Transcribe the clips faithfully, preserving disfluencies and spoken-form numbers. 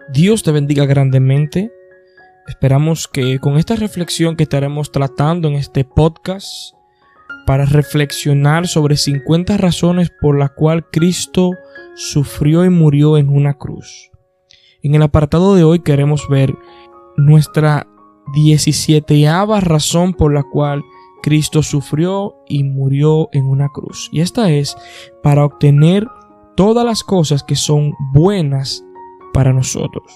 Dios te bendiga grandemente. Esperamos que con esta reflexión que estaremos tratando en este podcast, para reflexionar sobre cincuenta razones por las cuales Cristo sufrió y murió en una cruz. En el apartado de hoy queremos ver nuestra diecisieteava razón por la cual Cristo sufrió y murió en una cruz. Y esta es para obtener todas las cosas que son buenas para nosotros.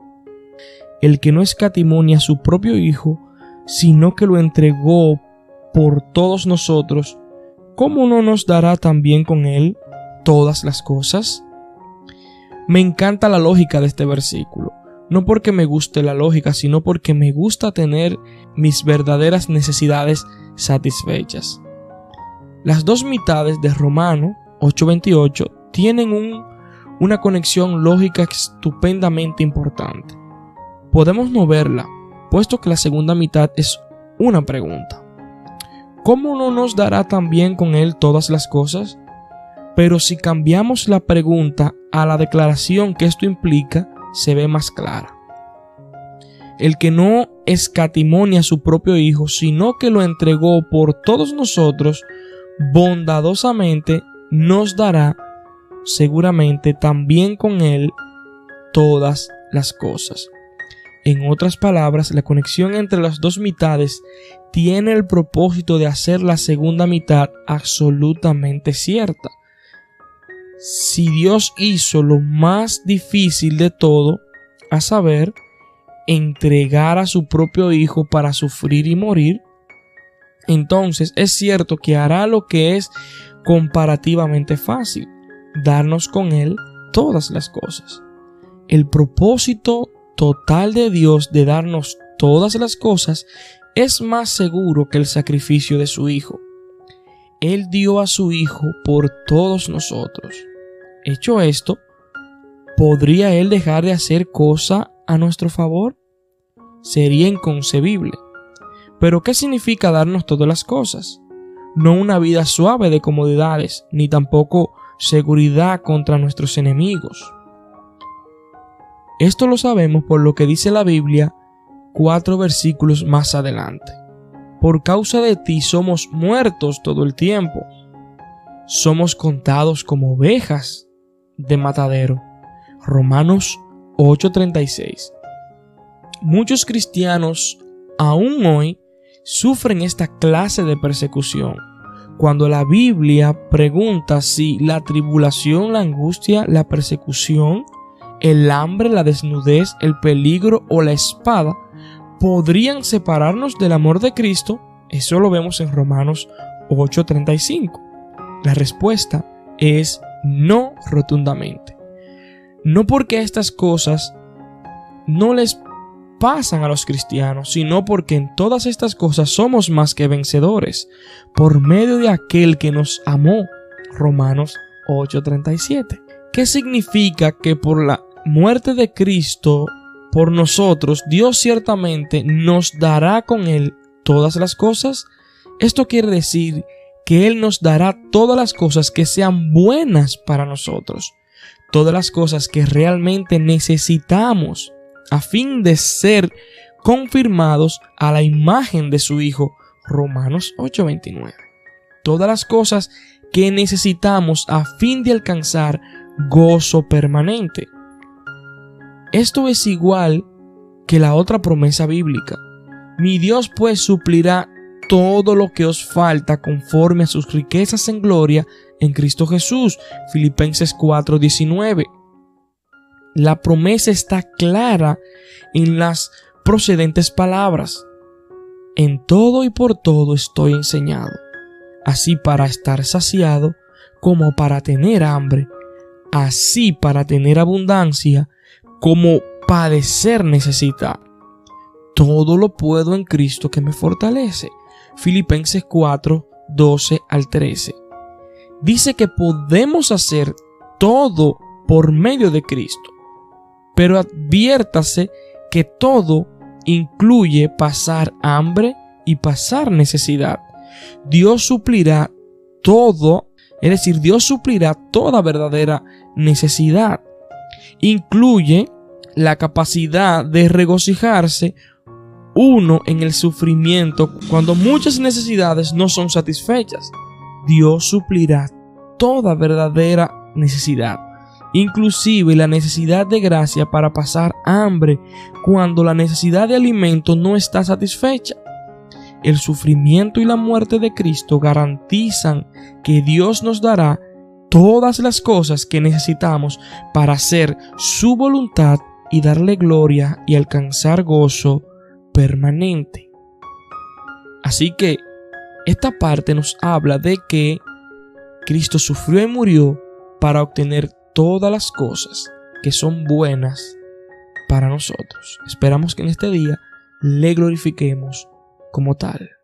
El que no escatimó ni a su propio Hijo, sino que lo entregó por todos nosotros, ¿cómo no nos dará también con Él todas las cosas? Me encanta la lógica de este versículo. No porque me guste la lógica, sino porque me gusta tener mis verdaderas necesidades satisfechas. Las dos mitades de Romanos ocho veintiocho tienen un, una conexión lógica estupendamente importante. Podemos no verla, puesto que la segunda mitad es una pregunta. ¿Cómo no nos dará también con Él todas las cosas? Pero si cambiamos la pregunta a la declaración que esto implica, se ve más clara. El que no escatimó ni a su propio Hijo, sino que lo entregó por todos nosotros, bondadosamente nos dará seguramente también con Él todas las cosas. En otras palabras, la conexión entre las dos mitades tiene el propósito de hacer la segunda mitad absolutamente cierta. Si Dios hizo lo más difícil de todo, a saber, entregar a su propio Hijo para sufrir y morir, entonces es cierto que hará lo que es comparativamente fácil, darnos con Él todas las cosas. El propósito total de Dios de darnos todas las cosas es más seguro que el sacrificio de su Hijo. Él dio a su Hijo por todos nosotros. Hecho esto, ¿podría Él dejar de hacer cosa a nuestro favor? Sería inconcebible. ¿Pero qué significa darnos todas las cosas? No una vida suave de comodidades, ni tampoco seguridad contra nuestros enemigos. Esto lo sabemos por lo que dice la Biblia cuatro versículos más adelante. Por causa de ti somos muertos todo el tiempo. Somos contados como ovejas de matadero. Romanos ocho treinta y seis. Muchos cristianos aún hoy sufren esta clase de persecución. Cuando la Biblia pregunta si la tribulación, la angustia, la persecución, el hambre, la desnudez, el peligro o la espada podrían separarnos del amor de Cristo, eso lo vemos en Romanos ocho treinta y cinco. La respuesta es no rotundamente. No porque estas cosas no les pasan a los cristianos, sino porque en todas estas cosas somos más que vencedores por medio de aquel que nos amó. Romanos ocho treinta y siete. ¿Qué significa que por la muerte de Cristo por nosotros, Dios ciertamente nos dará con Él todas las cosas? Esto quiere decir que Él nos dará todas las cosas que sean buenas para nosotros, todas las cosas que realmente necesitamos a fin de ser confirmados a la imagen de su Hijo. Romanos ocho veintinueve. Todas las cosas que necesitamos a fin de alcanzar gozo permanente. Esto es igual que la otra promesa bíblica. Mi Dios pues suplirá todo lo que os falta conforme a sus riquezas en gloria en Cristo Jesús. Filipenses cuatro diecinueve. La promesa está clara en las procedentes palabras. En todo y por todo estoy enseñado, así para estar saciado como para tener hambre, así para tener abundancia como padecer necesidad. Todo lo puedo en Cristo que me fortalece. Filipenses cuatro doce al trece. Dice que podemos hacer todo por medio de Cristo, pero adviértase que todo incluye pasar hambre y pasar necesidad. Dios suplirá todo, es decir, Dios suplirá toda verdadera necesidad. Incluye la capacidad de regocijarse uno en el sufrimiento cuando muchas necesidades no son satisfechas. Dios suplirá toda verdadera necesidad, inclusive la necesidad de gracia para pasar hambre cuando la necesidad de alimento no está satisfecha. El sufrimiento y la muerte de Cristo garantizan que Dios nos dará todas las cosas que necesitamos para hacer su voluntad y darle gloria y alcanzar gozo permanente. Así que esta parte nos habla de que Cristo sufrió y murió para obtener todas las cosas que son buenas para nosotros. Esperamos que en este día le glorifiquemos como tal.